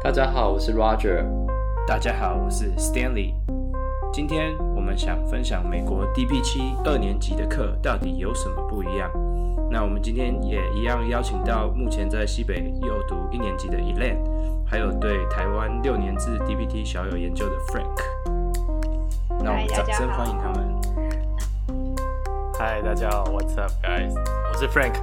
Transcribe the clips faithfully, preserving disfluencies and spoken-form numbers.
大家好，我是 Roger。 大家好，我是 Stanley。今天我们想分享美国 D P 七二年级的课到底有什么不一样。那我们今天也一样邀请到目前在西北就读一年级的 Elaine， 还有对台湾六年制 D P T 小有研究的 Frank。那我们掌声欢迎他们。 嗨，大家好 ，What's up, guys？ 我是 Frank。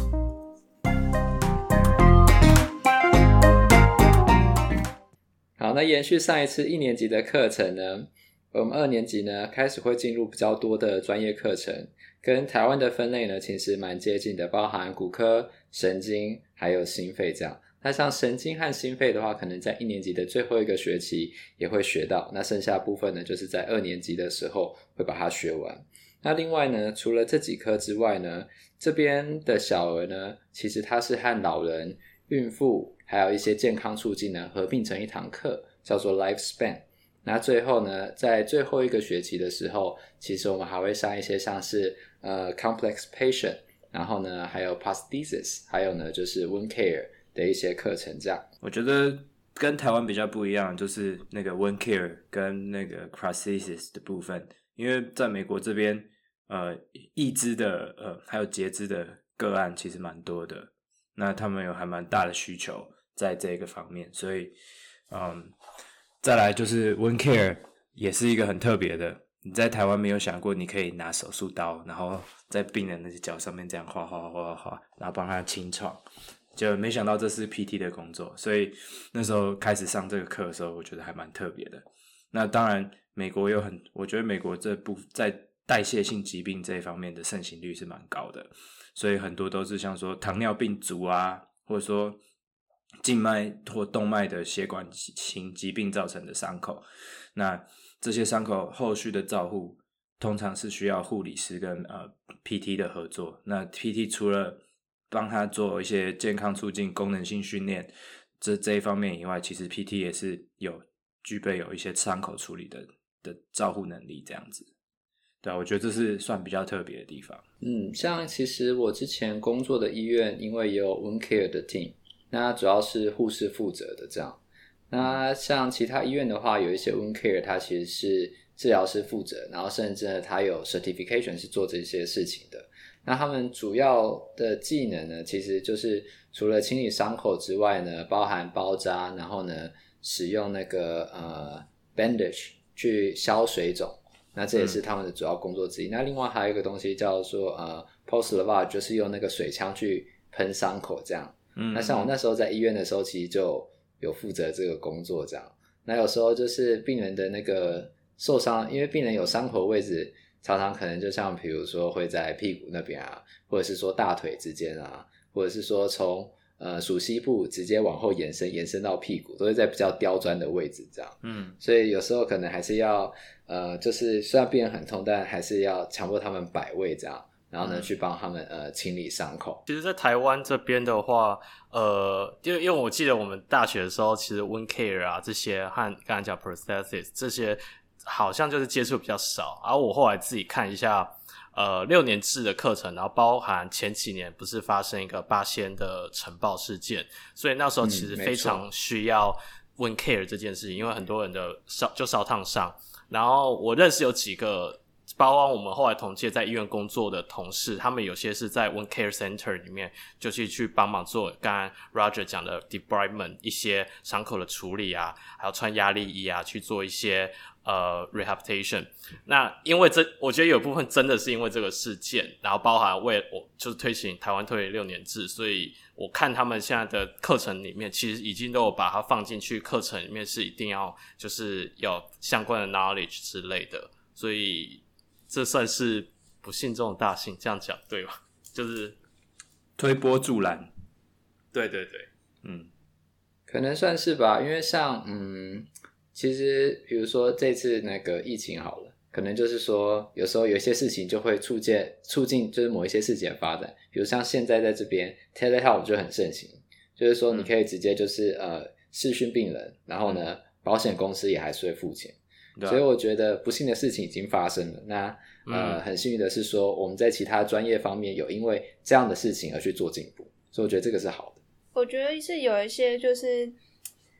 好，那延续上一次一年级的课程呢，我们二年级呢开始会进入比较多的专业课程，跟台湾的分类呢其实蛮接近的，包含骨科、神经还有心肺这样。那像神经和心肺的话，可能在一年级的最后一个学期也会学到，那剩下部分呢就是在二年级的时候会把它学完。那另外呢，除了这几科之外呢，这边的小儿呢其实它是和老人、孕妇还有一些健康促进呢合并成一堂课，叫做 Lifespan。 那最后呢，在最后一个学期的时候，其实我们还会上一些像是呃 Complex Patient， 然后呢还有 Prosthesis， 还有呢就是 Wound Care 的一些课程这样。 我觉得跟台湾比较不一样就是那个 Wound Care 跟那个 Prosthesis 的部分，因为在美国这边呃义肢的呃还有截肢的个案其实蛮多的，那他们有还蛮大的需求在这个方面，所以嗯，再来就是 Wound Care 也是一个很特别的，你在台湾没有想过你可以拿手术刀然后在病人的脚上面这样划划划划划，然后帮他清创，就没想到这是 P T 的工作，所以那时候开始上这个课的时候我觉得还蛮特别的。那当然美国有很，我觉得美国这部在代谢性疾病这一方面的盛行率是蛮高的，所以很多都是像说糖尿病足啊，或者说静脉或动脉的血管型疾病造成的伤口，那这些伤口后续的照护通常是需要护理师跟呃 P T 的合作。那 P T 除了帮他做一些健康促进功能性训练 这, 这一方面以外，其实 P T 也是有具备有一些伤口处理的的照护能力这样子。对啊，我觉得这是算比较特别的地方。 嗯，像其实我之前工作的医院因为也有 Wound Care 的 team， 那主要是护士负责的这样。那像其他医院的话，有一些 Wound Care 它其实是治疗师负责，然后甚至呢它有 certification 是做这些事情的。那他们主要的技能呢，其实就是除了清理伤口之外呢，包含包扎，然后呢使用那个呃 bandage 去消水肿，那这也是他们的主要工作之一。嗯、那另外还有一个东西叫做呃 post lavage， 就是用那个水枪去喷伤口这样。嗯，那像我那时候在医院的时候，其实就有负责这个工作这样。那有时候就是病人的那个受伤，因为病人有伤口位置常常可能就像比如说会在屁股那边啊，或者是说大腿之间啊，或者是说从呃属膝部直接往后延伸延伸到屁股，都是在比较刁钻的位置这样。嗯，所以有时候可能还是要呃就是虽然病人很痛，但还是要强迫他们摆位这样，然后呢、嗯、去帮他们呃清理伤口。 其实在台湾这边的话呃因为因为我记得我们大学的时候其实 Wound Care 啊这些和刚才讲 Prosthesis 这些好像就是接触比较少，然后我后来自己看一下呃六年制的课程，然后包含前几年不是发生一个八仙的尘爆事件，所以那时候其实非常需要 Wound Care 这件事情，因为很多人的烧就烧烫伤，然后我认识有几个包括我们后来同届在医院工作的同事，他们有些是在 Wound Care Center 里面就是去帮忙做刚刚 Roger 讲的 debridement 一些伤口的处理啊，还有穿压力衣啊去做一些呃 rehabilitation。 那因为这我觉得有部分真的是因为这个事件，然后包含为我就是推行台湾推六年制，所以我看他们现在的课程里面其实已经都有把它放进去，课程里面是一定要就是有相关的 knowledge 之类的，所以这算是不幸中的大幸，这样讲对吧？就是推波助澜。 对对对， 嗯，可能算是吧，因为像嗯，其实比如说这次那个疫情好了，可能就是说有时候有一些事情就会促进促进就是某一些事情的发展，比如像现在在这边 telehealth 就很盛行，就是说你可以直接就是呃视讯病人，然后呢保险公司也还是会付钱。所以我觉得不幸的事情已经发生了，那呃，很幸运的是说我们在其他专业方面有因为这样的事情而去做进步，所以我觉得这个是好的。 我觉得是有一些就是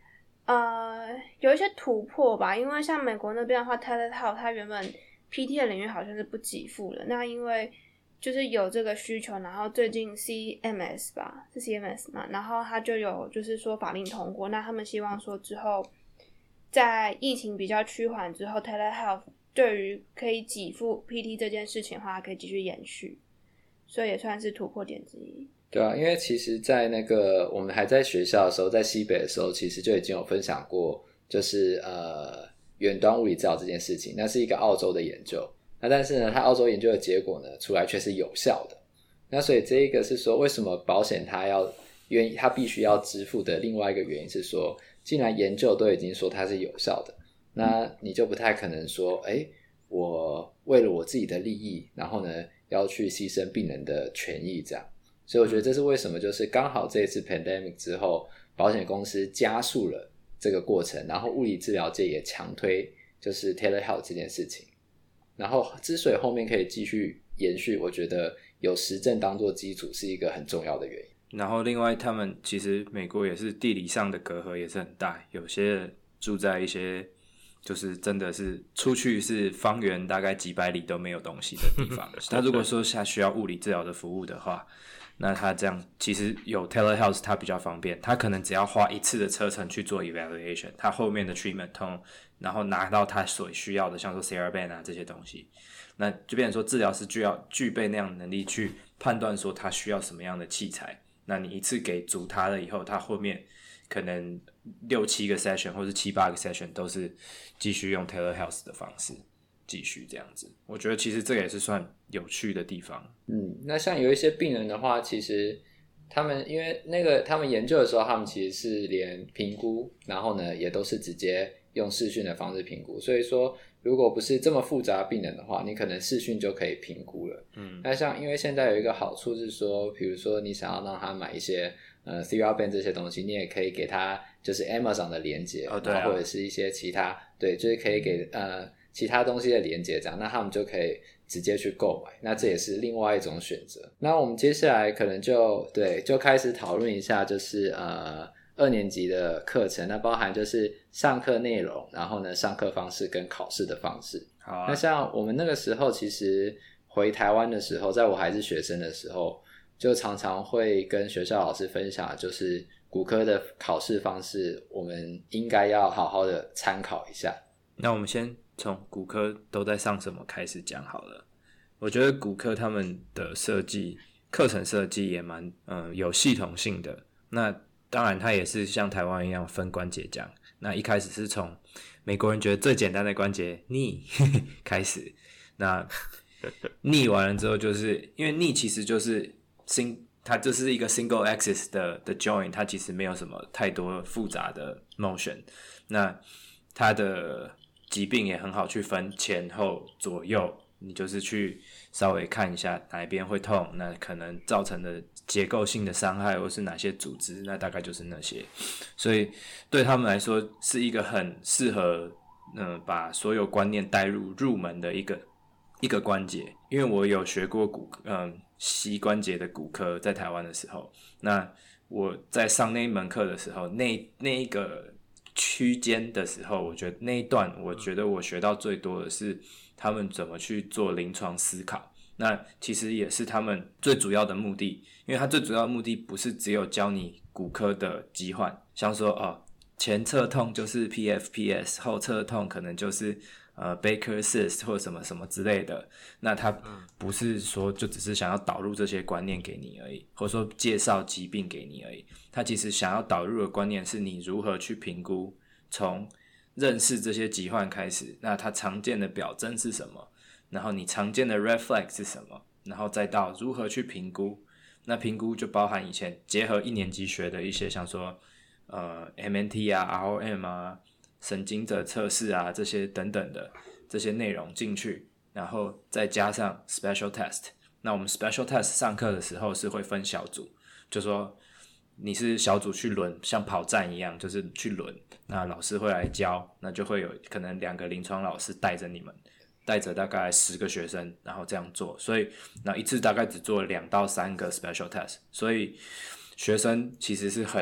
呃有一些突破吧，因为像美国那边的话 telehealth 它原本 P T 的领域好像是不给付的，那因为就是有这个需求，然后最近 C M S 吧，是 C M S 嘛，然后他就有就是说法令通过，那他们希望说之后在疫情比较趋缓之后 telehealth 对于可以给付 P T 这件事情的话可以继续延续，所以也算是突破点之一。 对啊，因为其实在那个我们还在学校的时候，在西北的时候，其实就已经有分享过，就是呃远端物理治疗这件事情，那是一个澳洲的研究，那但是呢，它澳洲研究的结果呢出来却是有效的，那所以这一个是说为什么保险它要愿意它必须要支付的另外一个原因是说，既然研究都已经说它是有效的，那你就不太可能说诶我为了我自己的利益，然后呢要去牺牲病人的权益这样。所以我觉得这是为什么就是刚好这一次 pandemic 之后，保险公司加速了这个过程，然后物理治疗界也强推就是 telehealth 这件事情，然后之所以后面可以继续延续，我觉得有实证当作基础是一个很重要的原因。 然后另外他们其实美国也是地理上的隔阂也是很大，有些人住在一些就是真的是出去是方圆大概几百里都没有东西的地方他如果说他需要物理治疗的服务的话，那他这样其实有 telehealth 他比较方便，他可能只要花一次的车程去做 evaluation， 他后面的 treatment 通然后拿到他所需要的像说 C R band 啊这些东西，那就变成说治疗师具要具备那样的能力去判断说他需要什么样的器材，那你一次给足他了以后，他后面可能六七个 session 或是七八个 session 都是继续用 telehealth 的方式继续这样子，我觉得其实这个也是算有趣的地方。 嗯，那像有一些病人的话，其实他们因为那个他们研究的时候，他们其实是连评估，然后呢也都是直接用视讯的方式评估，所以说如果不是这么复杂的病人的话，你可能视讯就可以评估了。嗯，那像因为现在有一个好处是说，比如说你想要让他买一些呃 C R band 这些东西，你也可以给他就是 Amazon 的连结， 哦对啊， 然后或者是一些其他对，就是可以给呃其他东西的连结这样，那他们就可以直接去购买，那这也是另外一种选择。那我们接下来可能就对就开始讨论一下，就是呃二年级的课程，那包含就是上课内容，然后呢上课方式跟考试的方式。 好啊， 那像我们那个时候其实回台湾的时候，在我还是学生的时候，就常常会跟学校老师分享，就是骨科的考试方式我们应该要好好的参考一下。 那我们先从骨科都在上什么开始讲好了。我觉得骨科他们的设计课程设计也蛮嗯有系统性的，那当然它也是像台湾一样分关节讲，那一开始是从美国人觉得最简单的关节 knee 开始，那 knee 完了之后，就是因为 knee 其实就是新它就是一个 single axis 的的 joint， 它其实没有什么太多复杂的 motion， 那它的疾病也很好去分前后左右，你就是去稍微看一下哪一边会痛，那可能造成的结构性的伤害或是哪些组织，那大概就是那些，所以对他们来说是一个很适合嗯、呃、把所有观念带入入门的一个一个关节。因为我有学过骨嗯膝关节的骨科，在台湾的时候，那我在上那一门课的时候，那那一个区间的时候，我觉得那一段我觉得我学到最多的是他们怎么去做临床思考，那其实也是他们最主要的目的，因为他最主要的目的不是只有教你骨科的疾患，像说哦前侧痛就是 P F P S， 后侧痛可能就是呃 Baker cyst 或什么什么之类的，那他不是说就只是想要导入这些观念给你而已，或者说介绍疾病给你而已，他其实想要导入的观念是你如何去评估，从认识这些疾患开始，那它常见的表征是什么，然后你常见的 red flag 是什么，然后再到如何去评估，那评估就包含以前结合一年级学的一些像说呃 M N T 啊 R O M 啊神经的测试啊这些等等的这些内容进去，然后再加上 special test， 那我们 special test 上课的时候是会分小组，就说你是小组去轮，像跑站一样，就是去轮，那老师会来教，那就会有可能两个临床老师带着你们，带着大概十个学生，然后这样做，所以那一次大概只做两到三个 special test， 所以学生其实是很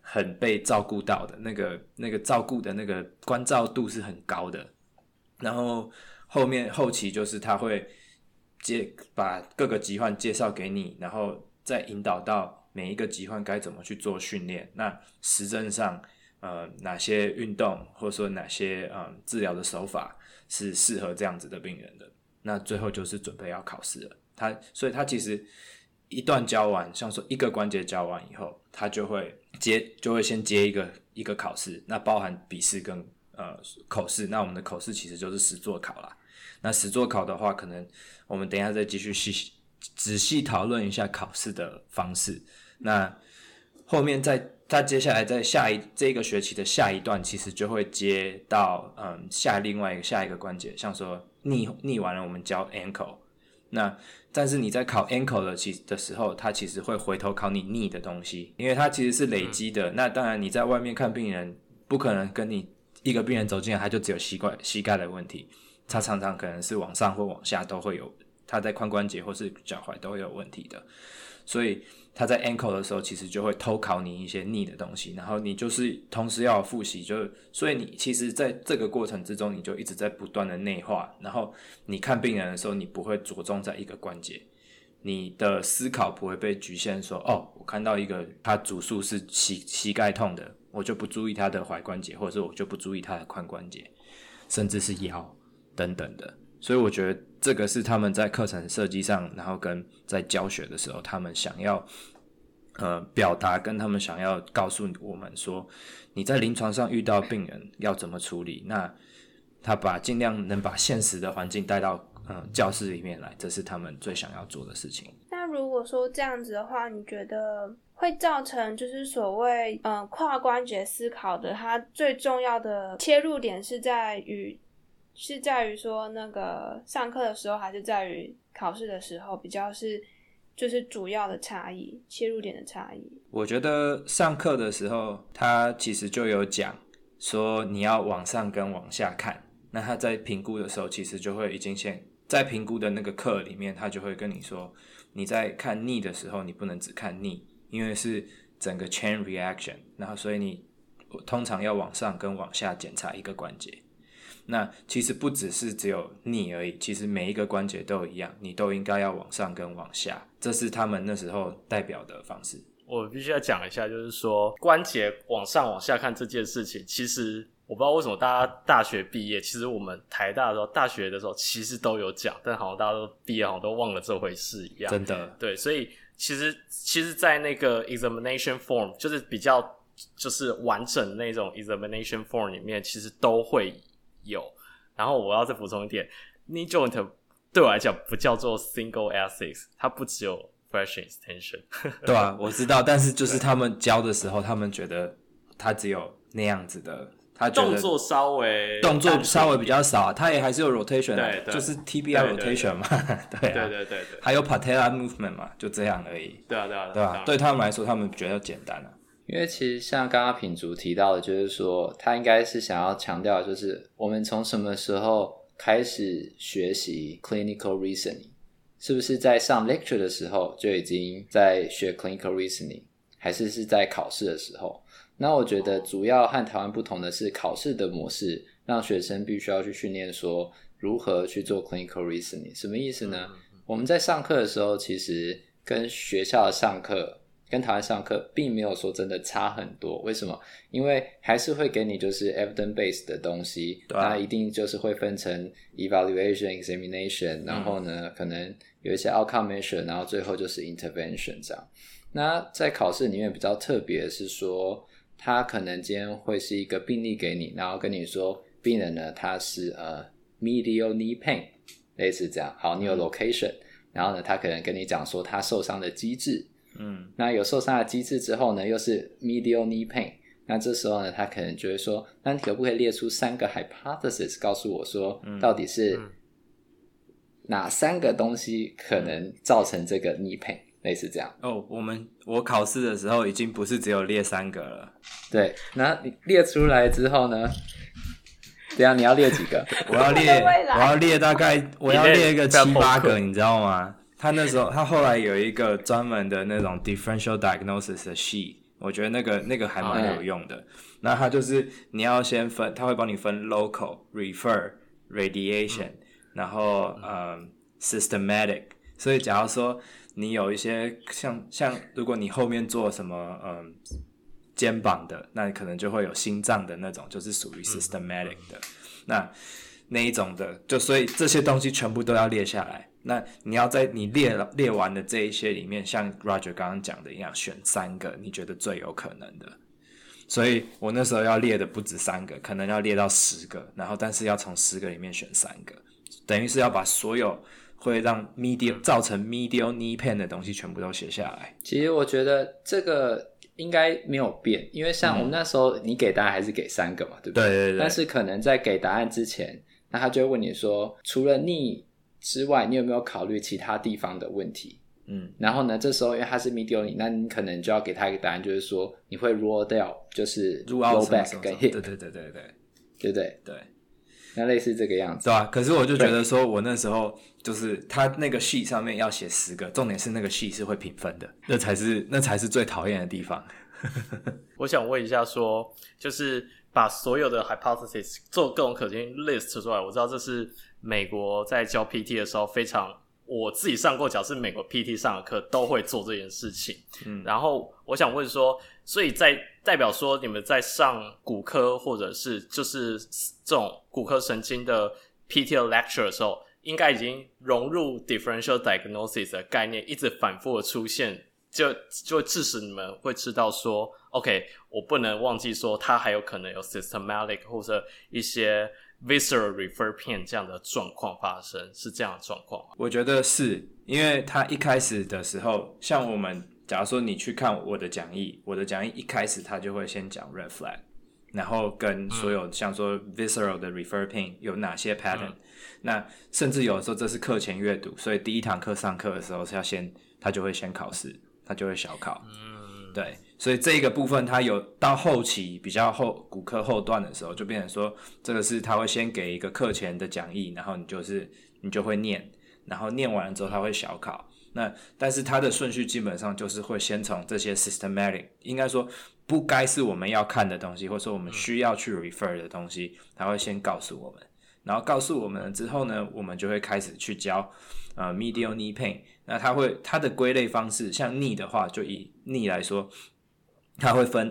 很被照顾到的，那个那个照顾的那个关照度是很高的。然后后面后期就是他会接把各个疾患介绍给你，然后再引导到每一个疾患该怎么去做训练。那实证上，呃，哪些运动或者说哪些呃治疗的手法是适合这样子的病人的。那最后就是准备要考试了。他所以他其实一段教完，像说一个关节教完以后，他就会接就会先接一个一个考试，那包含笔试跟呃口试。那我们的口试其实就是实作考啦。那实作考的话，可能我们等一下再继续细仔细讨论一下考试的方式。那后面在他接下来在下一这个学期的下一段，其实就会接到嗯下另外一个下一个关节，像说逆逆完了我们教 ankle， 那但是你在考 ankle 的其的时候，他其实会回头考你逆的东西，因为它其实是累积的。嗯、那当然你在外面看病人，不可能跟你一个病人走进来他就只有膝盖膝盖的问题，他常常可能是往上或往下都会有，他在髋关节或是脚踝都会有问题的，所以他在 ankle 的时候其实就会偷考你一些逆的东西，然后你就是同时要有复习，就所以你其实在这个过程之中你就一直在不断的内化，然后你看病人的时候你不会着重在一个关节，你的思考不会被局限说哦，我看到一个他主诉是膝膝盖痛的，我就不注意他的踝关节，或者是我就不注意他的髋关节，甚至是腰等等的。所以我觉得这个是他们在课程设计上，然后跟在教学的时候他们想要呃表达，跟他们想要告诉我们说，你在临床上遇到病人要怎么处理，那他把尽量能把现实的环境带到呃教室里面来，这是他们最想要做的事情。 那如果说这样子的话，你觉得会造成就是所谓呃跨关节思考的，它最重要的切入点是在于是在于说那个上课的时候，还是在于考试的时候，比较是就是主要的差异，切入点的差异？ 我觉得上课的时候他其实就有讲说你要往上跟往下看，那他在评估的时候其实就会已经先在评估的那个课里面，他就会跟你说你在看逆的时候你不能只看逆，因为是整个 chain reaction， 然后所以你通常要往上跟往下检查一个关节。那其实不只是只有逆而已，其实每一个关节都一样，你都应该要往上跟往下，这是他们那时候代表的方式。 我必须要讲一下，就是说关节往上往下看这件事情，其实我不知道为什么大家大学毕业，其实我们台大的时候大学的时候其实都有讲，但好像大家都毕业好像都忘了这回事一样。 真的。对， 所以其实其实在那个 examination form 就是比较就是完整的那种 examination form 里面其实都会有。然后我要再补充一点， knee joint 对我来讲不叫做 single axis， 它不只有 flexion extension 对啊，我知道，但是就是他们教的时候他们觉得它只有那样子的，他觉得动作稍微动作稍微比较少，它也还是有 rotation， 对对， 就是 T B I rotation 嘛，对啊， 对对对对， 还有 patella movement 嘛，就这样而已。 对啊对啊对啊，对他们来说他们觉得简单啊。 因为其实像刚刚品竹提到的，就是说他应该是想要强调，就是我们从什么时候开始学习 clinical reasoning， 是不是在上 lecture 的时候就已经在学 clinical reasoning， 还是是在考试的时候？那我觉得主要和台湾不同的是，考试的模式让学生必须要去训练说如何去做 clinical reasoning。 什么意思呢？我们在上课的时候其实跟学校的上课跟台湾上课并没有说真的差很多。为什么？因为还是会给你就是 evidence based 的东西，那、啊、一定就是会分成 evaluation examination， 然后呢、嗯、可能有一些 outcome measure， 然后最后就是 intervention 这样。那在考试里面比较特别的是说，他可能今天会是一个病例给你，然后跟你说病人呢他是呃 medial knee pain， 类似这样。好，你有 location、嗯、然后呢他可能跟你讲说他受伤的机制，嗯，那有受伤的机制之后呢又是 medial knee pain， 那这时候呢他可能就会说，那你可不可以列出三个 hypothesis 告诉我说、嗯、到底是哪三个东西可能造成这个 knee pain，类似这样。 哦，我们我考试的时候已经不是只有列三个了。 对，那你列出来之后呢？对啊，你要列几个？ 我要列，我要列大概，我要列一个七八个，你知道吗？他那时候，他后来有一个专门的那种 differential diagnosis 的 sheet， 我觉得那个那个还蛮有用的。那它就是你要先分，它会帮你分 local、refer、radiation，、嗯、然后嗯 systematic。所以假如说你有一些像像如果你后面做什么嗯肩膀的，那你可能就会有心脏的那种，就是属于 systematic 的。嗯、那那一种的，就所以这些东西全部都要列下来。那你要在你列列完的这一些里面，像 Roger 刚刚讲的一样，选三个你觉得最有可能的。所以我那时候要列的不止三个，可能要列到十个，然后但是要从十个里面选三个，等于是要把所有会让 medial 造成 medial knee pain 的东西全部都写下来。 其实我觉得这个应该没有变，因为像我们那时候你给答案还是给三个嘛，对不对？ 对对对。 但是可能在给答案之前，那他就会问你说，除了 knee 之外，你有没有考虑其他地方的问题？嗯，然后呢，这时候因为它是 medial knee， 那你可能就要给他一个答案，就是说你会 rule 掉，就是 low back 跟 hip， 对对对对对， 对不对？ 对， 那类似这个样子， 对啊。可是我就觉得说，我那时候就是他那个系上面要写十个，重点是那个系是会评分的，那才是那才是最讨厌的地方。 我想问一下说，就是把所有的 hypothesis 做各种可行 list 出来，我知道这是美国在教 P T 的时候非常，我自己上过假是美国 P T 上的课都会做这件事情。嗯，然后我想问说，所以在代表说你们在上骨科或者是就是这种骨科神经的 P T 的 lecture 的时候，应该已经融入 differential diagnosis 的概念，一直反复的出现，就就致使你们会知道说 OK， 我不能忘记说它还有可能有 systematic 或者一些 visceral refer pain 这样的状况发生，是这样的状况吗？ 我觉得是，因为他一开始的时候，像我们假如说你去看我的讲义，我的讲义一开始他就会先讲 red flag， 然后跟所有像说 visceral 的 refer pain 有哪些 pattern，嗯、那甚至有的时候这是课前阅读，所以第一堂课上课的时候是要先，他就会先考试，他就会小考，嗯，对，所以这个部分他有到后期比较后骨科后段的时候，就变成说这个是他会先给一个课前的讲义，然后你就是你就会念，然后念完了之后他会小考。那但是它的顺序基本上就是会先从这些 systematic， 应该说不该是我们要看的东西，或者说我们需要去 refer 的东西，它会先告诉我们，然后告诉我们了之后呢，我们就会开始去教呃 medial knee pain。那它会它的归类方式，像 knee 的话，就以 knee 来说，它会分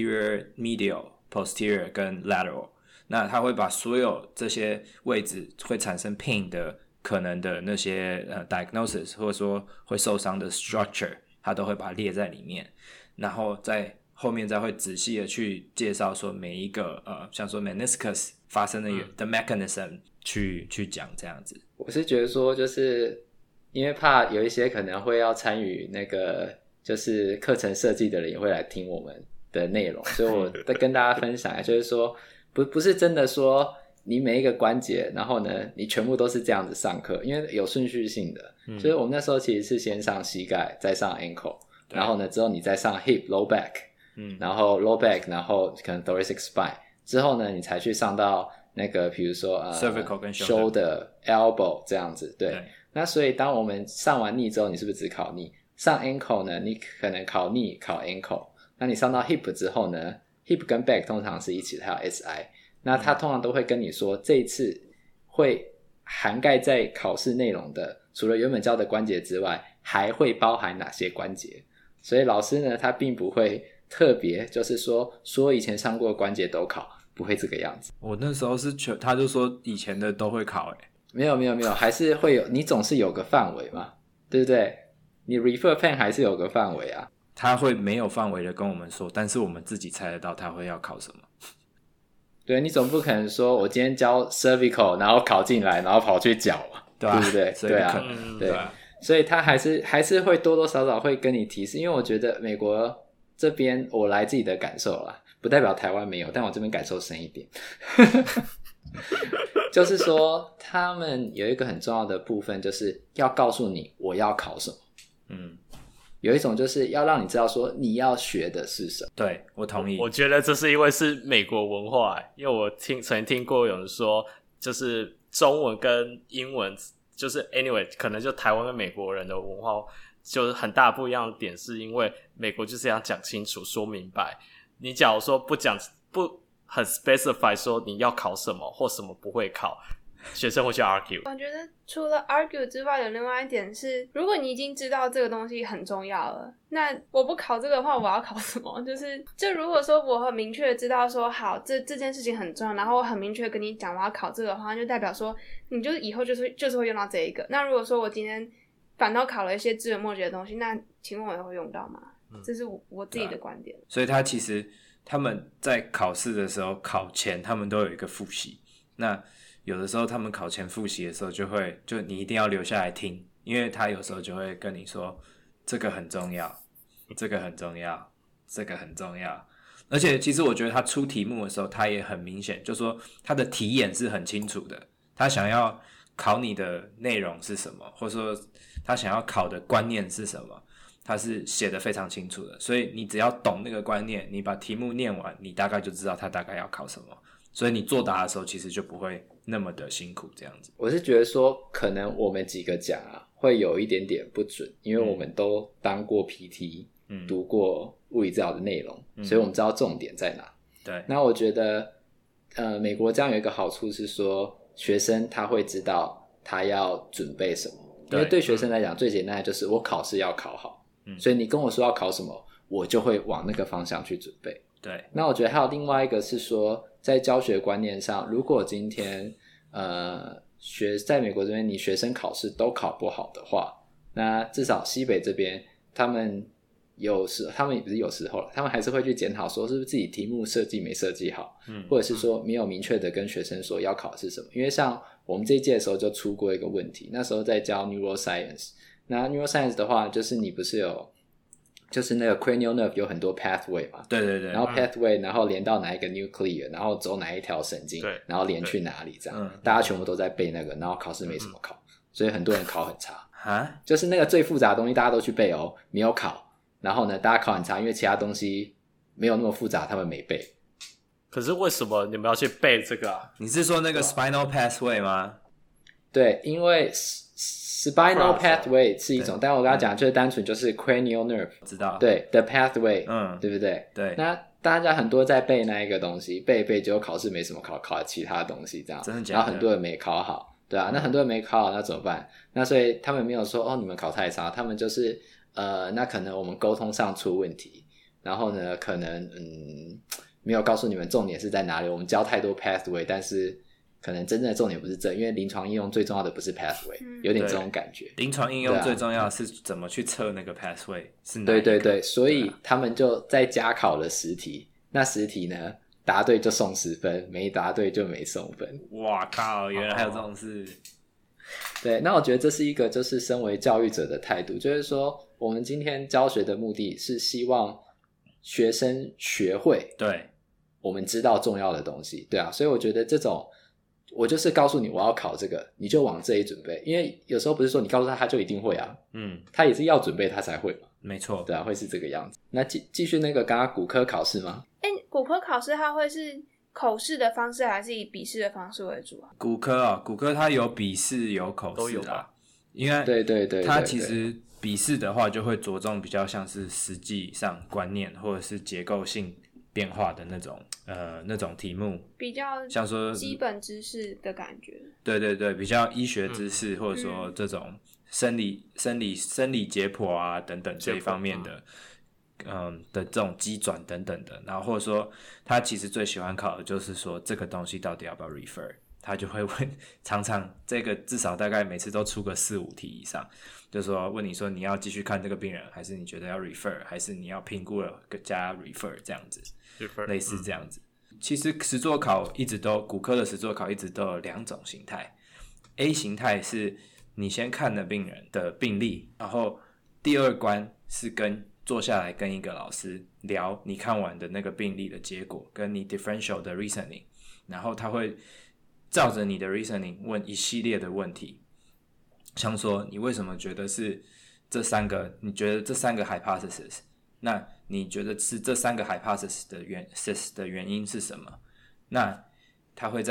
anterior、medial、posterior 跟 lateral。那它会把所有这些位置会产生 pain 的可能的那些呃 diagnosis 或者说会受伤的 structure， 它都会把它列在里面，然后在后面再会仔细的去介绍说每一个呃像说 meniscus 发生的的 mechanism 去去讲这样子。 我是觉得说，就是因为怕有一些可能会要参与那个就是课程设计的人也会来听我们的内容，所以我再跟大家分享，就是说不不是真的说你每一个关节，然后呢，你全部都是这样子上课，因为有顺序性的。嗯、所以我们那时候其实是先上膝盖，再上 ankle， 然后呢，之后你再上 hip low back， 嗯，然后 low back， 然后可能 thoracic spine， 之后呢，你才去上到那个，比如说呃 cervical 跟 shoulder、elbow 这样子，对。对那所以当我们上完 knee 之后，你是不是只考 knee？ 上 ankle 呢，你可能考 knee 考 ankle。那你上到 hip 之后呢 ，hip 跟 back 通常是一起的，还有 S I。那他通常都会跟你说，这一次会涵盖在考试内容的，除了原本教的关节之外，还会包含哪些关节。所以老师呢，他并不会特别就是说所有以前上过的关节都考，不会这个样子。 我那时候是全，他就说以前的都会考欸。 没有没有没有，还是会有，你总是有个范围嘛，对不对？你 refer pain 还是有个范围啊。 他会没有范围的跟我们说，但是我们自己猜得到他会要考什么。 对，你总不可能说我今天教 cervical 然后考进来然后跑去脚嘛，对吧？对不对？对啊，对，所以他还是还是会多多少少会跟你提示，因为我觉得美国这边我来自己的感受啦，不代表台湾没有，但我这边感受深一点。就是说他们有一个很重要的部分，就是要告诉你我要考什么。嗯，有一种就是要让你知道说你要学的是什么。 对，我同意。 我, 我觉得这是因为是美国文化，因为我听曾经听过有人说，就是中文跟英文，就是 anyway 可能就台湾跟美国人的文化就是很大不一样的点，是因为美国就是要讲清楚、说明白。你假如说不讲不很 specify 说你要考什么或什么不会考，学生会去 argue。 我觉得除了 argue 之外，有另外一点是，如果你已经知道这个东西很重要了，那我不考这个的话，我要考什么？就是就如果说我很明确的知道说好这这件事情很重要，然后我很明确的跟你讲我要考这个的话，就代表说你就以后就是就是会用到这一个。那如果说我今天反倒考了一些枝微末节的东西，那请问我也会用到吗？嗯、这是我我自己的观点。 所以他其实他们在考试的时候，考前他们都有一个复习。那有的时候他们考前复习的时候，就会就你一定要留下来听，因为他有时候就会跟你说这个很重要，这个很重要，这个很重要。而且其实我觉得他出题目的时候，他也很明显，就说他的题眼是很清楚的，他想要考你的内容是什么，或者说他想要考的观念是什么，他是写得非常清楚的。所以你只要懂那个观念，你把题目念完，你大概就知道他大概要考什么。所以你作答的时候其实就不会那么的辛苦这样子。 我是觉得说可能我们几个讲啊会有一点点不准，因为我们都当过 P T、嗯、读过物理治疗的内容、嗯、所以我们知道重点在哪。 对， 那我觉得呃，美国这样有一个好处是说学生他会知道他要准备什么，因为对学生来讲、嗯、最简单的就是我考试要考好、嗯、所以你跟我说要考什么我就会往那个方向去准备。 对， 那我觉得还有另外一个是说在教学观念上，如果今天呃学在美国这边你学生考试都考不好的话，那至少西北这边他们有时他们也不是有时候了，他们还是会去检讨说是不是自己题目设计没设计好、嗯、或者是说没有明确的跟学生说要考的是什么。因为像我们这一届的时候就出过一个问题，那时候在教 neuroscience， 那 neuroscience 的话就是你不是有就是那个 cranial nerve 有很多 pathway 嘛， 对对对， 然后 pathway、嗯、然后连到哪一个 nuclear， 然后走哪一条神经， 对， 然后连去哪里这样、嗯、大家全部都在背那个，然后考试没什么考、嗯、所以很多人考很差啊， 就是那个最复杂的东西大家都去背哦，没有考，然后呢大家考很差，因为其他东西没有那么复杂他们没背。 可是为什么你们要去背这个啊？ 你是说那个 spinal pathway 吗？ 对，因为Spinal pathway 是一种，但我刚刚讲就是单纯就是 cranial nerve， 知道， 对 the pathway， 嗯， 对不对？ 对。 那大家很多在背那一个东西，背一背结果考试没什么考，考其他东西这样， 真的假的？ 然后很多人没考好，对啊，那很多人没考好，那怎么办？那所以他们没有说哦你们考太差，他们就是呃，那可能我们沟通上出问题，然后呢可能嗯没有告诉你们重点是在哪里，我们教太多 pathway， 但是可能真正的重点不是这，因为临床应用最重要的不是 pathway、嗯、有点这种感觉。 临床应用最重要的是怎么去测那个 pathway、啊、是哪一个。 对对对，所以他们就在加考了十题，那十题呢答对就送十分，没答对就没送分。 哇靠，原来还有这种事、哦、 对，那我觉得这是一个就是身为教育者的态度，就是说我们今天教学的目的是希望学生学会对我们知道重要的东西，对啊，所以我觉得这种我就是告诉你我要考这个，你就往这里准备，因为有时候不是说你告诉他他就一定会啊，嗯，他也是要准备他才会嘛， 没错， 对啊，会是这个样子。那继继续那个刚刚骨科考试吗？ 诶，骨科考试它会是口试的方式还是以笔试的方式为主啊？ 骨科啊、哦，骨科它有笔试有口试都有吧？ 因为对对 对, 对， 它其实笔试的话就会着重比较像是实际上观念或者是结构性变化的那种呃那种题目， 比较像说基本知识的感觉。 对对对，比较医学知识、嗯、或者说这种生理生理生理解剖啊等等这一方面的嗯的这种机转等等的，然后或者说他其实最喜欢考的就是说这个东西到底要不要 refer， 他就会问，常常这个至少大概每次都出个四五题以上，就是说问你说你要继续看这个病人，还是你觉得要 refer， 还是你要评估了加 refer 这样子，类似这样子、嗯、其实实作考一直都骨科的实作考一直都有两种形态， A 形态是你先看了病人的病历，然后第二关是跟坐下来跟一个老师聊你看完的那个病历的结果跟你 differential 的 reasoning， 然后他会照着你的 reasoning 问一系列的问题，像说你为什么觉得是这三个，你觉得这三个 hypothesis， 那你觉得是这三个 hypothesis 的原, 的原因是什么，那他会再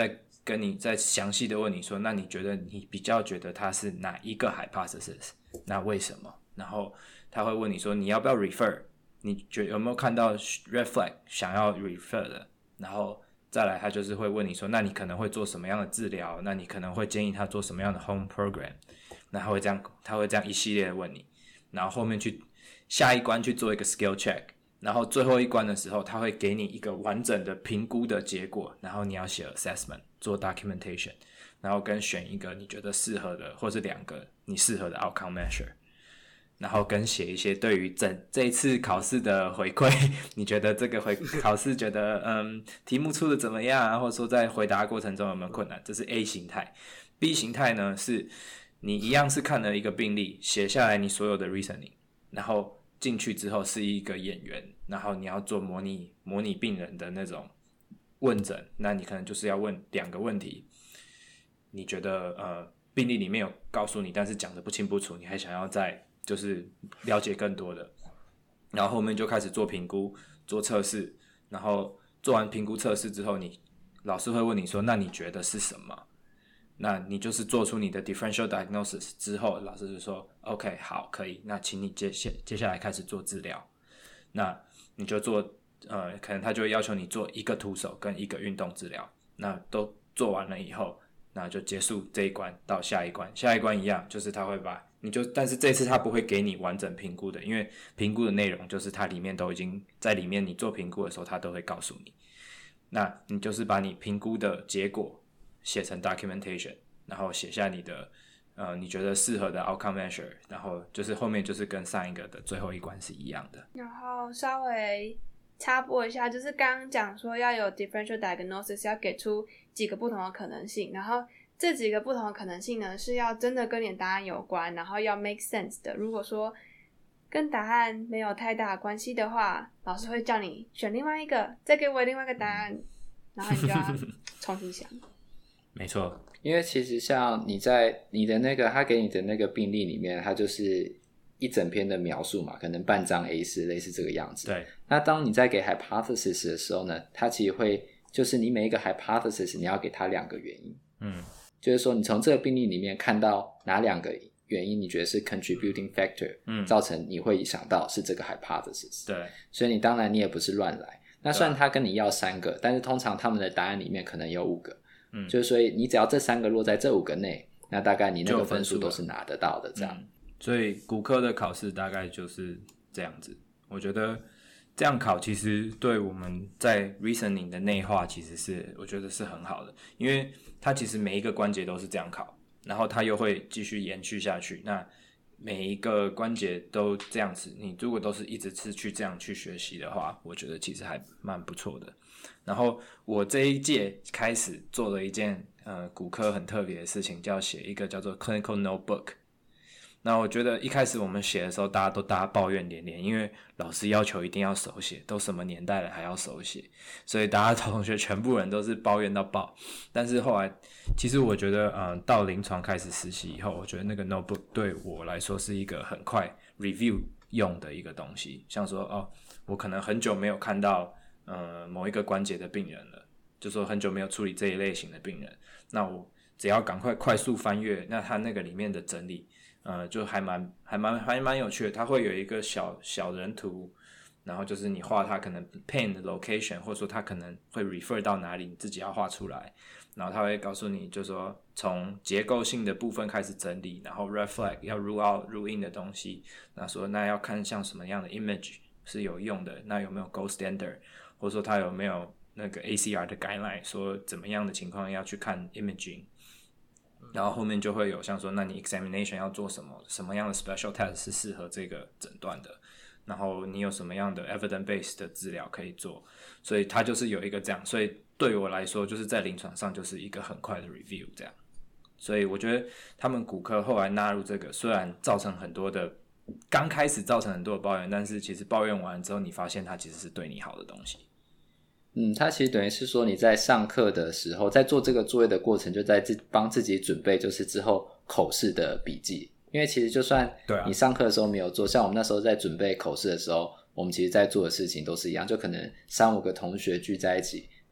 跟你再详细的问你说，那你觉得你比较觉得它是哪一个 hypothesis？ 那为什么？然后他会问你说你要不要 refer？ 你觉得有没有看到 red flag 想要 refer 的？然后再来他就是会问你说，那你可能会做什么样的治疗？那你可能会建议他做什么样的 home program？ 那他会这样他会这样一系列的问你，然后后面去下一关去做一个 skill check， 然后最后一关的时候他会给你一个完整的评估的结果，然后你要写 assessment 做 documentation， 然后跟选一个你觉得适合的或是两个你适合的 outcome measure， 然后跟写一些对于整这一次考试的回馈，你觉得这个回考试觉得嗯题目出的怎么样啊，或者说在回答过程中有没有困难，这是 A 形态。 B 形态呢是你一样是看了一个病例，写下来你所有的 reasoning， 然后进去之后是一个演员，然后你要做模拟模拟病人的那种问诊，那你可能就是要问两个问题，你觉得呃病例里面有告诉你，但是讲得不清不楚，你还想要再就是了解更多的，然后后面就开始做评估做测试，然后做完评估测试之后，你老师会问你说那你觉得是什么，那你就是做出你的 differential diagnosis 之后，老师就说 OK 好可以，那请你接下接下来开始做治疗，那你就做呃，可能他就会要求你做一个徒手跟一个运动治疗，那都做完了以后，那就结束这一关到下一关，下一关一样就是他会把你就，但是这次他不会给你完整评估的，因为评估的内容就是它里面都已经在里面，你做评估的时候他都会告诉你，那你就是把你评估的结果写成 documentation， 然后写下你的呃你觉得适合的 outcome measure， 然后就是后面就是跟上一个的最后一关是一样的。 然后稍微插播一下，就是刚刚讲说要有 differential diagnosis， 要给出几个不同的可能性，然后这几个不同的可能性呢是要真的跟你的答案有关，然后要 make sense 的。如果说跟答案没有太大的关系的话，老师会叫你选另外一个，再给我另外一个答案，然后你就要重新想。 没错， 因为其实像你在你的那个他给你的那个病例里面，它就是一整篇的描述嘛，可能半张 A 四 类似这个样子。 对。 那当你在给 hypothesis 的时候呢，它其实会就是你每一个 hypothesis 你要给它两个原因。嗯。就是说你从这个病例里面看到哪两个原因你觉得是 contributing factor， 嗯，造成你会想到是这个 hypothesis。 对。所以你当然你也不是乱来。那虽然他跟你要三个，但是通常他们的答案里面可能有五个。嗯。就是所以你只要这三个落在这五个内，那大概你那个分数都是拿得到的这样。嗯， 所以骨科的考试大概就是这样子，我觉得这样考其实对我们在 reasoning 的内化其实是我觉得是很好的，因为它其实每一个关节都是这样考，然后它又会继续延续下去，那每一个关节都这样子，你如果都是一直是去这样去学习的话，我觉得其实还蛮不错的。然后我这一届开始做了一件呃骨科很特别的事情，叫写一个叫做 clinical notebook。那我觉得一开始我们写的时候，大家都大家抱怨连连，因为老师要求一定要手写，都什么年代了还要手写，所以大家同学全部人都是抱怨到爆。但是后来，其实我觉得，嗯，到临床开始实习以后，我觉得那个 notebook 对我来说是一个很快 review 用的一个东西。像说，哦，我可能很久没有看到，呃，某一个关节的病人了，就说很久没有处理这一类型的病人，那我只要赶快快速翻阅，那他那个里面的整理。呃，就还蛮还蛮还蛮有趣的，它会有一个小小人图，然后就是你画它可能 pain 的 location， 或者说它可能会 refer 到哪里，你自己要画出来，然后它会告诉你，就是说从结构性的部分开始整理，然后 red flag 要 rule out rule in 的东西，那说那要看像什么样的 image 是有用的，那有没有 gold standard， 或者说它有没有那个 A C R 的 guideline， 说怎么样的情况要去看 imaging。然后后面就会有像说，那你 examination 要做什么，什么样的 special test 是适合这个诊断的，然后你有什么样的 evidence based 的治疗可以做，所以它就是有一个这样，所以对我来说就是在临床上就是一个很快的 review 这样，所以我觉得他们骨科后来纳入这个，虽然造成很多的刚开始造成很多的抱怨，但是其实抱怨完之后你发现它其实是对你好的东西。 嗯，它其实等于是说你在上课的时候，在做这个作业的过程，就在自帮自己准备就是之后口试的笔记。因为其实就算你上课的时候没有做，像我们那时候在准备口试的时候，我们其实在做的事情都是一样，就可能三五个同学聚在一起，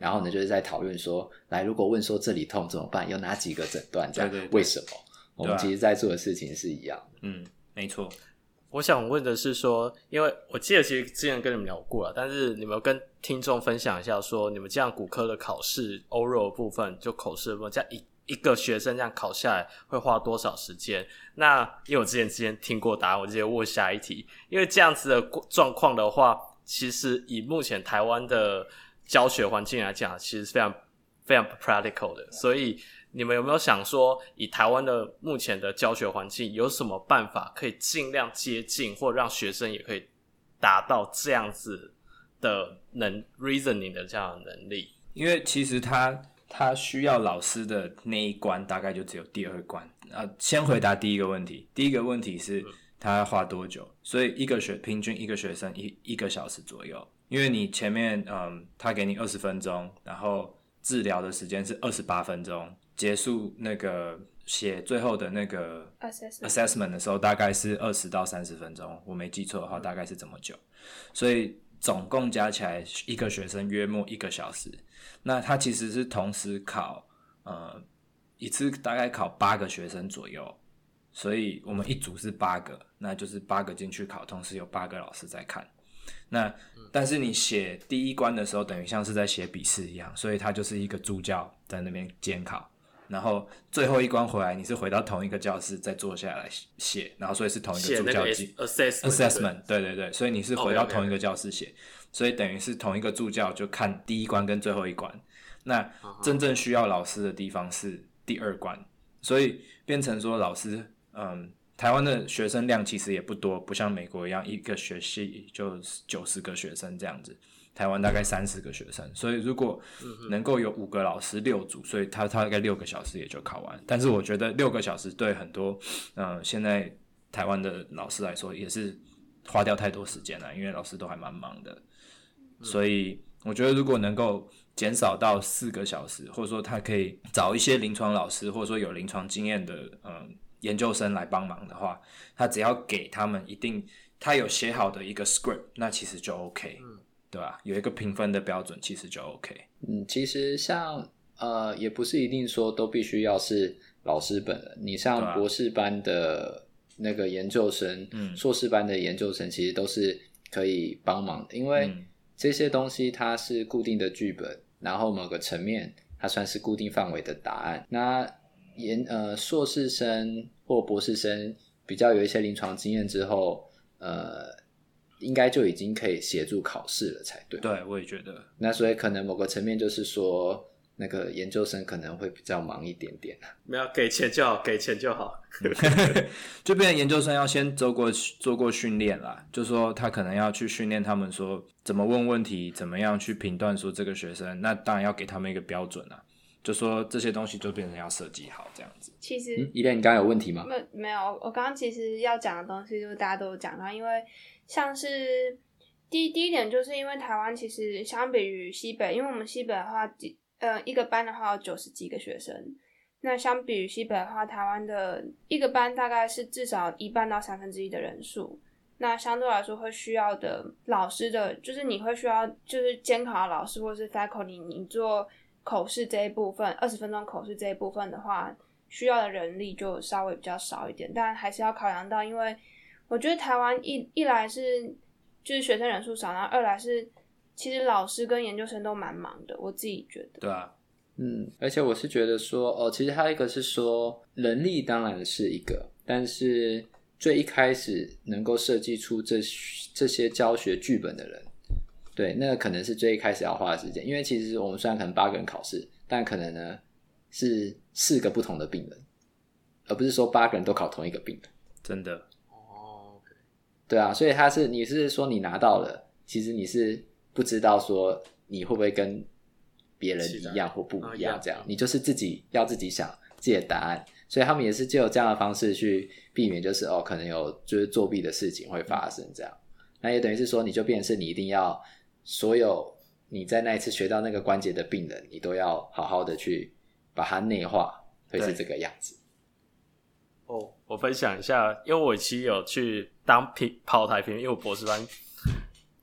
然后呢就是在讨论说，来如果问说这里痛怎么办，有哪几个诊断这样， 对对对为什么？我们其实在做的事情是一样的。 嗯，没错。 我想问的是说，因为我记得其实之前跟你们聊过了，但是你们跟听众分享一下说，你们这样骨科的考试 oral 的部分，就口试的部分，这样一一个学生这样考下来会花多少时间？那因为我之前之前听过答案，我直接问下一题。因为这样子的状况的话，其实以目前台湾的教学环境来讲，其实是非常非常 practical 的，所以你们有没有想说，以台湾的目前的教学环境，有什么办法可以尽量接近，或让学生也可以达到这样子的能 reasoning 的这样的能力？ 因为其实他他需要老师的那一关大概就只有第二关啊。先回答第一个问题，第一个问题是他要花多久？所以一个学平均一个学生一一个小时左右，因为你前面嗯他给你二十分钟，然后治疗的时间是二十八分钟。结束那个写最后的那个 assessment, assessment 的时候，大概是二十到三十分钟，我没记错的话，大概是这么久。所以总共加起来一个学生约莫一个小时。那他其实是同时考，呃，一次大概考八个学生左右，所以我们一组是八个，那就是八个进去考，同时有八个老师在看。那但是你写第一关的时候，等于像是在写笔试一样，所以他就是一个助教在那边监考。然后最后一关回来，你是回到同一个教室再坐下来写，然后所以是同一个助教记 assessment, assessment 对对对，所以你是回到同一个教室写， okay, okay. 所以等于是同一个助教就看第一关跟最后一关。那真正需要老师的地方是第二关，所以变成说老师，嗯，台湾的学生量其实也不多，不像美国一样一个学系就九十个学生这样子。台湾大概三十个学生，所以如果能够有五个老师六组，所以他他大概六个小时也就考完。但是我觉得六个小时对很多嗯、呃、现在台湾的老师来说也是花掉太多时间了，因为老师都还蛮忙的。所以我觉得如果能够减少到四个小时，或者说他可以找一些临床老师，或者说有临床经验的嗯研究生来帮忙的话，他只要给他们一定他有写好的一个 script， 那其实就 OK。嗯，对吧？有一个评分的标准，其实就 OK。 嗯，其实像呃，也不是一定说都必须要是老师本人。你像博士班的那个研究生，嗯，硕士班的研究生，其实都是可以帮忙的，因为这些东西它是固定的剧本，然后某个层面它算是固定范围的答案。那研呃硕士生或博士生比较有一些临床经验之后，呃。应该就已经可以协助考试了才对。 对，我也觉得。 那所以可能某个层面就是说，那个研究生可能会比较忙一点点。 没有，给钱就好，给钱就好。 就变成研究生要先做过做过训练啦，就说他可能要去训练他们说怎么问问题，怎么样去评断说这个学生，那当然要给他们一个标准啦。就说这些东西就变成要设计好这样子。 其实， 嗯，依莲，你刚刚有问题吗？ 没没有，我刚刚其实要讲的东西就是大家都有讲到，因为像是第第一点，就是因为台湾其实相比于西北，因为我们西北的话，呃，一个班的话有九十几个学生，那相比于西北的话，台湾的一个班大概是至少一半到三分之一的人数。那相对来说会需要的老师的，就是你会需要就是监考的老师或是 faculty， 你做口试这一部分，二十分钟口试这一部分的话，需要的人力就稍微比较少一点，但还是要考量到，因为我觉得台湾一一来是就是学生人数少，然后二来是其实老师跟研究生都蛮忙的，我自己觉得。 对啊， 嗯，而且我是觉得说，哦，其实还有一个是说，人力当然是一个，但是最一开始能够设计出这这些教学剧本的人。对，那个可能是最一开始要花的时间，因为其实我们虽然可能八个人考试，但可能呢是四个不同的病人，而不是说八个人都考同一个病人。 真的。 哦 ，OK。 对啊，所以他是你是说你拿到了，其实你是不知道说你会不会跟别人一样或不一样，这样、哦、你就是自己要自己想自己的答案，所以他们也是藉由这样的方式去避免，就是哦可能有就是作弊的事情会发生这样。那也等于是说，你就变成是你一定要。所有你在那一次学到那个关节的病人，你都要好好的去把它内化，会是这个样子。 哦，我分享一下，因为我其实有去当评跑台评，因为我博士班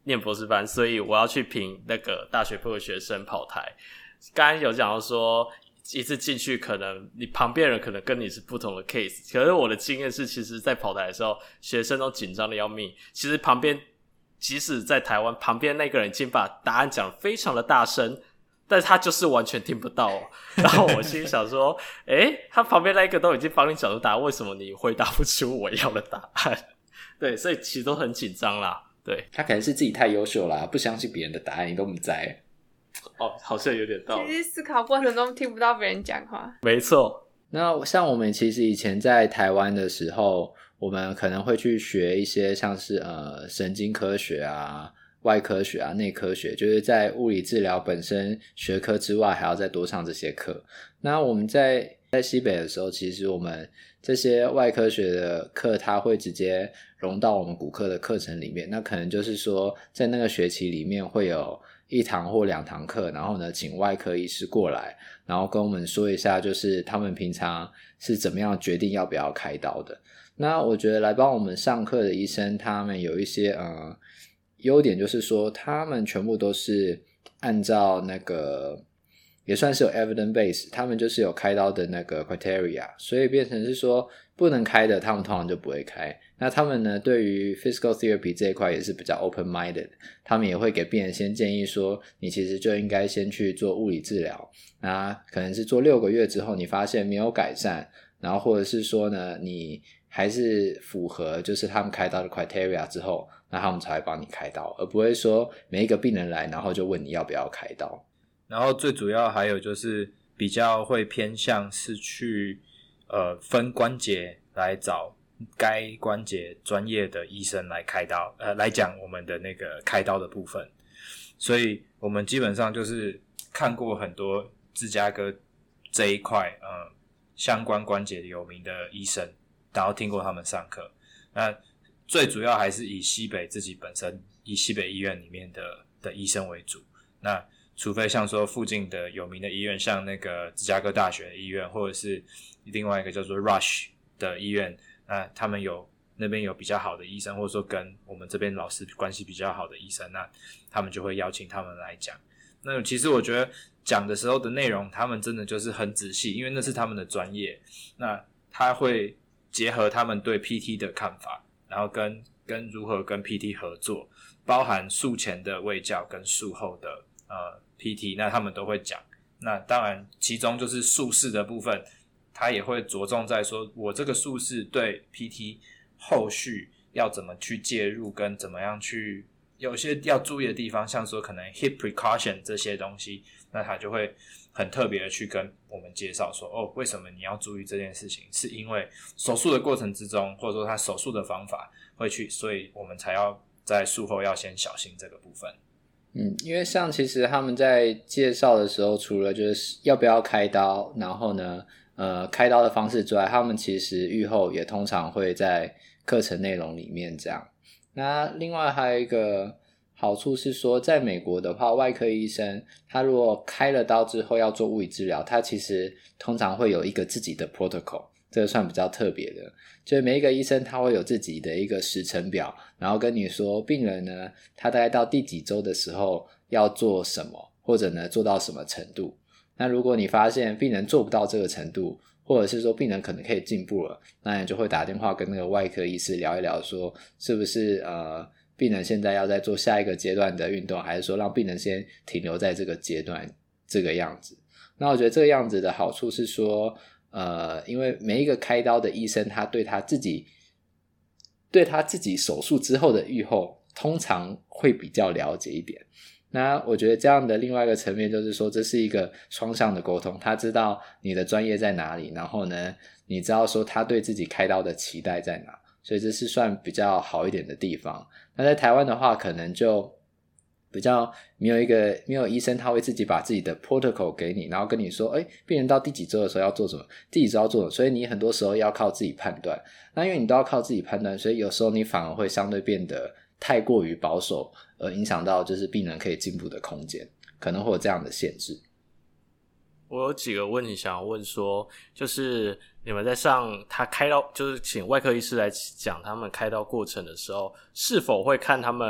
念博士班，所以我要去评那个大学部的学生跑台。刚刚有讲到说一次进去可能你旁边人可能跟你是不同的 case， 可是我的经验是其实在跑台的时候学生都紧张的要命，其实旁边即使在台湾旁边那个人已经把答案讲得非常的大声，但是他就是完全听不到哦。然后我心里想说诶他旁边那个都已经帮你讲出答案，为什么你回答不出我要的答案？对，所以其实都很紧张啦。对， 他可能是自己太优秀啦，不相信别人的答案，你都不在。 哦，好像有点道理。 其实思考过程中听不到别人讲话。 没错。 那像我们其实以前在台湾的时候，我们可能会去学一些像是呃神经科学啊、外科学啊、内科学，就是在物理治疗本身学科之外，还要再多上这些课。那我们在在西北的时候，其实我们这些外科学的课，它会直接融到我们骨科的课程里面。那可能就是说，在那个学期里面会有一堂或两堂课，然后呢，请外科医师过来，然后跟我们说一下，就是他们平常是怎么样决定要不要开刀的。那我觉得来帮我们上课的医生，他们有一些呃优点，就是说他们全部都是按照那个也算是有 evidence base， 他们就是有开刀的那个 criteria， 所以变成是说不能开的他们通常就不会开。那他们呢对于 physical therapy 这一块也是比较 open minded， 他们也会给病人先建议说你其实就应该先去做物理治疗，那可能是做六个月之后你发现没有改善，然后或者是说呢你还是符合就是他们开刀的 criteria 之后，那他们才会帮你开刀，而不会说每一个病人来然后就问你要不要开刀。 然后最主要还有就是比较会偏向是去呃分关节来找该关节专业的医生来开刀，呃来讲我们的那个开刀的部分。所以我们基本上就是看过很多芝加哥这一块呃相关关节有名的医生，然后听过他们上课。那最主要还是以西北自己本身以西北医院里面的的医生为主。那除非像说附近的有名的医院，像那个芝加哥大学的医院，或者是另外一个叫做 Rush 的医院，那他们有那边有比较好的医生，或者说跟我们这边老师关系比较好的医生，那他们就会邀请他们来讲。那其实我觉得讲的时候的内容他们真的就是很仔细，因为那是他们的专业，那他会结合他们对 P T 的看法，然后跟跟如何跟 P T 合作，包含术前的卫教跟术后的呃 P T， 那他们都会讲。那当然其中就是术式的部分，他也会着重在说我这个术式对 P T 后续要怎么去介入，跟怎么样去有些要注意的地方，像说可能 hip precaution 这些东西，那他就会很特别的去跟我们介绍说，哦，为什么你要注意这件事情，是因为手术的过程之中，或者说他手术的方法会去，所以我们才要在术后要先小心这个部分。 嗯，因为像其实他们在介绍的时候，除了就是要不要开刀，然后呢呃开刀的方式之外，他们其实预后也通常会在课程内容里面这样。那另外还有一个好处是说，在美国的话，外科医生他如果开了刀之后要做物理治疗，他其实通常会有一个自己的 protocol， 这个算比较特别的，就是每一个医生他会有自己的一个时程表，然后跟你说病人呢他大概到第几周的时候要做什么，或者呢做到什么程度。那如果你发现病人做不到这个程度，或者是说病人可能可以进步了，那你就会打电话跟那个外科医师聊一聊，说是不是呃病人现在要再做下一个阶段的运动，还是说让病人先停留在这个阶段这个样子。那我觉得这个样子的好处是说呃因为每一个开刀的医生他对他自己对他自己手术之后的预后通常会比较了解一点。那我觉得这样的另外一个层面就是说，这是一个双向的沟通，他知道你的专业在哪里，然后呢你知道说他对自己开刀的期待在哪，所以这是算比较好一点的地方。那在台湾的话可能就比较没有一个没有医生他会自己把自己的 protocol 给你，然后跟你说诶病人到第几周的时候要做什么，第几周要做什么，所以你很多时候要靠自己判断。那因为你都要靠自己判断，所以有时候你反而会相对变得太过于保守，而影响到就是病人可以进步的空间，可能会有这样的限制。 我有几个问题想要问说，就是你们在上他开刀，就是请外科医师来讲他们开刀过程的时候，是否会看他们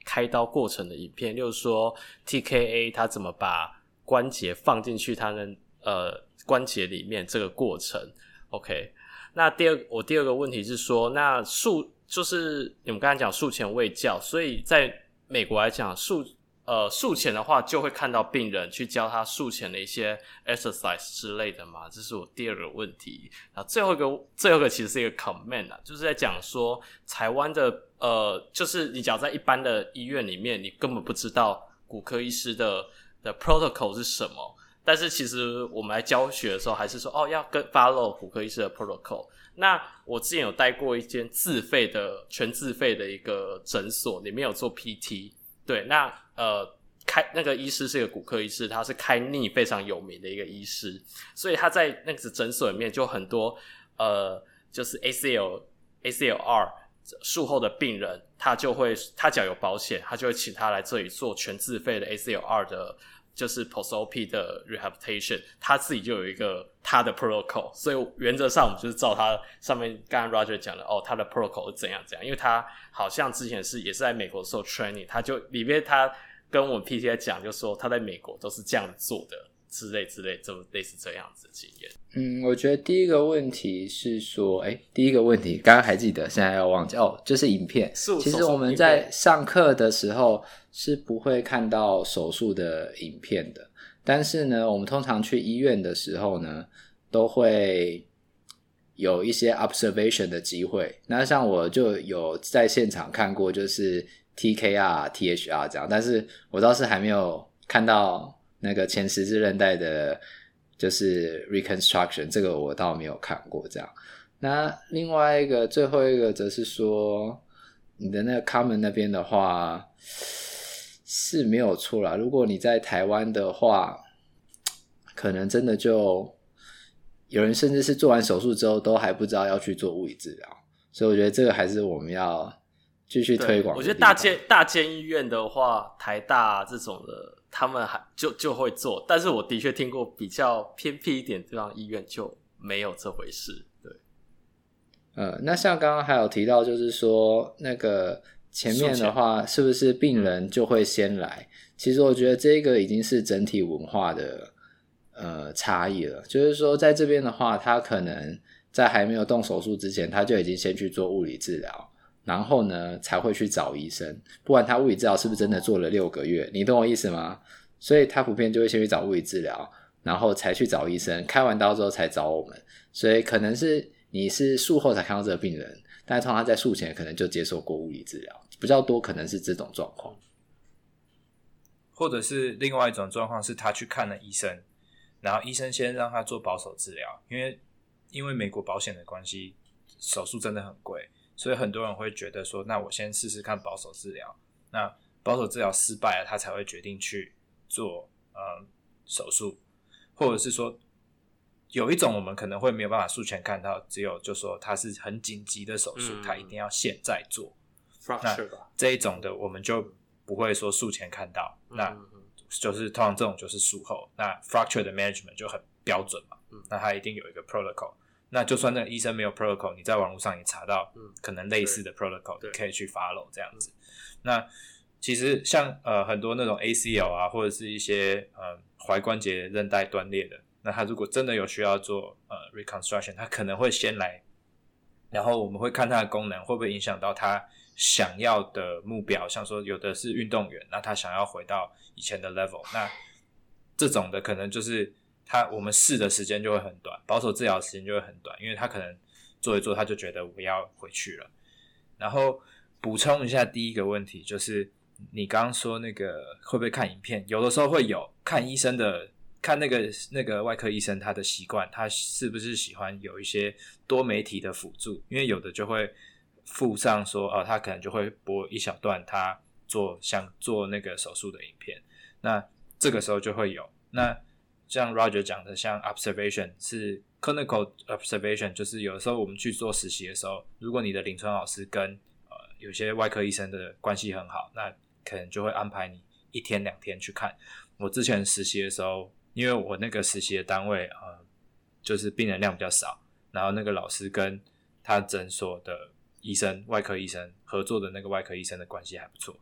开刀过程的影片，例如说 T K A 他怎么把关节放进去他的呃关节里面这个过程。 OK， 那第二我第二个问题是说，那术就是你们刚才讲术前卫教，所以在美国来讲术呃，术前的话就会看到病人去教他术前的一些 exercise 之类的嘛，这是我第二个问题。然后最后一个最后一个其实是一个 comment 啊，就是在讲说台湾的呃，就是你只要在一般的医院里面，你根本不知道骨科医师的的 protocol 是什么，但是其实我们来教学的时候还是说哦要跟 follow 骨科医师的 protocol。那我之前有带过一间自费的全自费的一个诊所，里面有做 P T。对，那呃，开那个医师是一个骨科医师，他是开逆非常有名的一个医师，所以他在那个诊所里面就很多呃，就是 A C L A C L R 术后的病人，他就会他只要有保险，他就会请他来这里做全自费的 A C L R 的，就是 post-O P 的 rehabilitation， 他自己就有一个他的 protocol， 所以原则上我们就是照他上面刚刚 Roger 讲的哦，他的 protocol 是怎样怎样，因为他好像之前是也是在美国受 training， 他就里面他跟我们 P T 讲，就说他在美国都是这样做的之类之类，就类似这样子的经验。 嗯，我觉得第一个问题是说，哎，第一个问题刚刚还记得，现在要忘记哦，就是影片。其实我们在上课的时候是不会看到手术的影片的，但是呢，我们通常去医院的时候呢，都会有一些 observation 的机会。那像我就有在现场看过，就是 T K R、T H R 这样，但是我倒是还没有看到那个前十字韧带的就是 reconstruction， 这个我倒没有看过这样。那另外一个最后一个则是说你的那个 common 那边的话是没有错啦，如果你在台湾的话可能真的就有人甚至是做完手术之后都还不知道要去做物理治疗，所以我觉得这个还是我们要继续推广。 我觉得大间大间医院的话，台大、啊、这种的他们还就就会做，但是我的确听过比较偏僻一点地方医院就没有这回事。对， 呃，那像刚刚还有提到，就是说那个前面的话，是不是病人就会先来？其实我觉得这个已经是整体文化的呃差异了。就是说，在这边的话，他可能在还没有动手术之前，他就已经先去做物理治疗。然后呢才会去找医生，不管他物理治疗是不是真的做了六个月，你懂我意思吗？所以他普遍就会先去找物理治疗，然后才去找医生，开完刀之后才找我们。所以可能是你是术后才看到这个病人，但是通常他在术前可能就接受过物理治疗，比较多可能是这种状况。 或者是另外一种状况是他去看了医生，然后医生先让他做保守治疗，因为因为美国保险的关系，手术真的很贵，所以很多人会觉得说，那我先试试看保守治疗，那保守治疗失败了，他才会决定去做呃手术。或者是说有一种我们可能会没有办法术前看到，只有就说它是很紧急的手术，嗯，它一定要现在做，那这一种的我们就不会说术前看到，嗯，那就是通常这种就是术后，那 fracture 的 management 就很标准嘛，嗯，那它一定有一个 protocol，那就算那个医生没有 protocol， 你在网络上也查到可能类似的 protocol，你可以去 follow 这样子。那其实像呃很多那种 A C L 啊，或者是一些呃踝关节韧带断裂的，那他如果真的有需要做呃 reconstruction， 他可能会先来，然后我们会看他的功能会不会影响到他想要的目标，像说有的是运动员，那他想要回到以前的 level， 那这种的可能就是他我们试的时间就会很短，保守治疗的时间就会很短，因为他可能做一做他就觉得我要回去了。然后补充一下第一个问题，就是你刚刚说那个会不会看影片，有的时候会有看医生的，看那个那个外科医生他的习惯，他是不是喜欢有一些多媒体的辅助，因为有的就会附上说哦，他可能就会播一小段他做像做那个手术的影片，那这个时候就会有。那像 Roger 讲的，像 observation 是 clinical observation， 就是有的时候我们去做实习的时候，如果你的临床老师跟呃有些外科医生的关系很好，那可能就会安排你一天两天去看。我之前实习的时候，因为我那个实习的单位呃就是病人量比较少，然后那个老师跟他诊所的医生外科医生合作的那个外科医生的关系还不错，然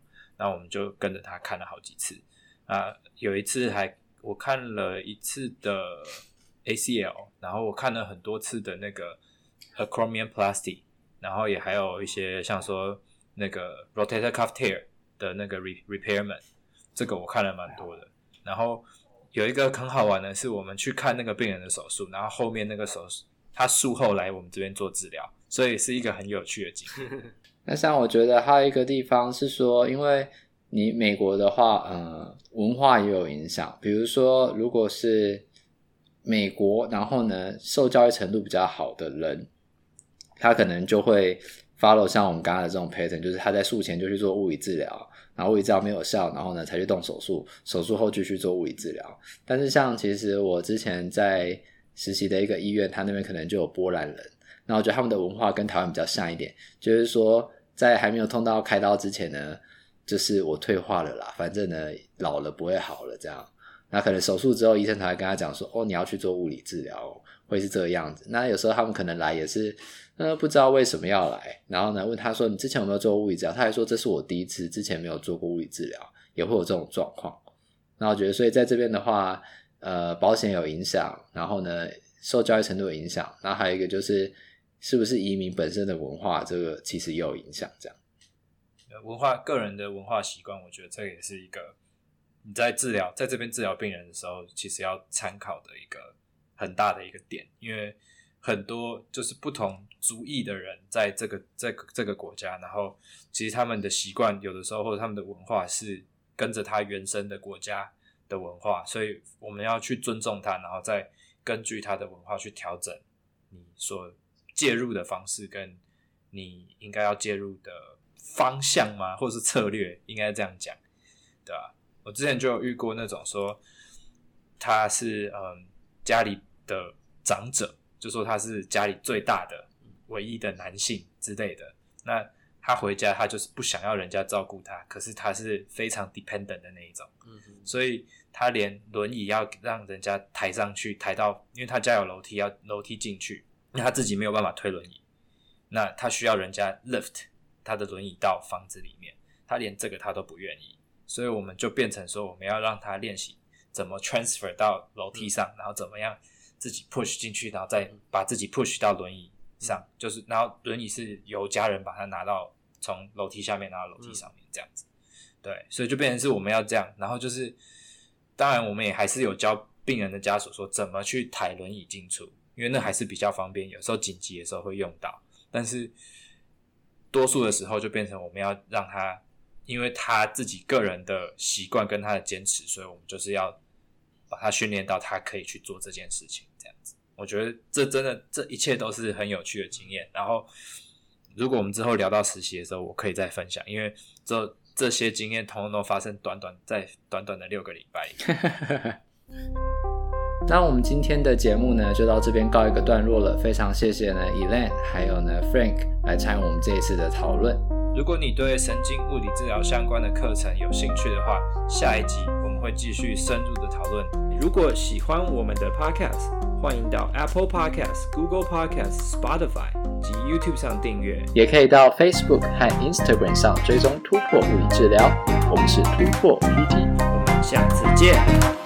那我们就跟着他看了好几次啊，有一次还我看了一次的 A C L， 然后我看了很多次的那个 acromioplasty， 然后也还有一些像说那个 rotator cuff tear 的那个 repairment， 这个我看了蛮多的。然后有一个很好玩的是，我们去看那个病人的手术，然后后面那个手术他术后来我们这边做治疗，所以是一个很有趣的经验。 那像我觉得还有一个地方是说，因为你美国的话呃，文化也有影响，比如说如果是美国然后呢受教育程度比较好的人，他可能就会 follow 像我们刚刚的这种 pattern， 就是他在术前就去做物理治疗，然后物理治疗没有效，然后呢才去动手术，手术后继续做物理治疗。但是像其实我之前在实习的一个医院，他那边可能就有波兰人，那我觉得他们的文化跟台湾比较像一点，就是说在还没有痛到开刀之前呢，就是我退化了啦，反正呢老了不会好了这样。那可能手术之后医生才会跟他讲说，哦你要去做物理治疗，会是这个样子。那有时候他们可能来也是呃不知道为什么要来，然后呢问他说你之前有没有做过物理治疗，他还说这是我第一次，之前没有做过物理治疗，也会有这种状况。那我觉得所以在这边的话呃保险有影响，然后呢受教育程度有影响，然后还有一个就是是不是移民本身的文化，这个其实也有影响这样。 文化个人的文化习惯，我觉得这也是一个你在治疗在这边治疗病人的时候其实要参考的一个很大的一个点，因为很多就是不同族裔的人在这个这个这个国家，然后其实他们的习惯有的时候或者他们的文化是跟着他原生的国家的文化，所以我们要去尊重他，然后再根据他的文化去调整你所介入的方式跟你应该要介入的方向吗，或是策略，应该这样讲，对吧？我之前就有遇过那种说他是嗯家里的长者，就说他是家里最大的唯一的男性之类的，那他回家他就是不想要人家照顾他，可是他是非常 dependent 的那一种，嗯，所以他连轮椅要让人家抬上去，抬到因为他家有楼梯，要楼梯进去，那他自己没有办法推轮椅，那他需要人家 lift 他的轮椅到房子里面，他连这个他都不愿意，所以我们就变成说我们要让他练习怎么 transfer 到楼梯上，然后怎么样自己 push 进去，然后再把自己 push 到轮椅上，就是然后轮椅是由家人把它拿到从楼梯下面拿到楼梯上面这样子，对，所以就变成是我们要这样，然后就是当然我们也还是有教病人的家属说怎么去抬轮椅进出，因为那还是比较方便，有时候紧急的时候会用到，但是多数的时候就变成我们要让他，因为他自己个人的习惯跟他的坚持，所以我们就是要把他训练到他可以去做这件事情这样子。我觉得这真的这一切都是很有趣的经验，然后如果我们之后聊到实习的时候我可以再分享，因为这这些经验统统都发生短短在短短的六个礼拜里那我们今天的节目呢就到这边告一个段落了，非常谢谢呢 Elaine 还有呢 Frank 来参与我们这一次的讨论。 如果你对神经物理治疗相关的课程有兴趣的话，下一集我们会继续深入的讨论。如果喜欢我们的 Podcast， 欢迎到 Apple Podcast、Google Podcast、Spotify 及 YouTube 上订阅， 也可以到 Facebook 和 Instagram 上追踪突破物理治疗，我们是突破 P T， 我们下次见。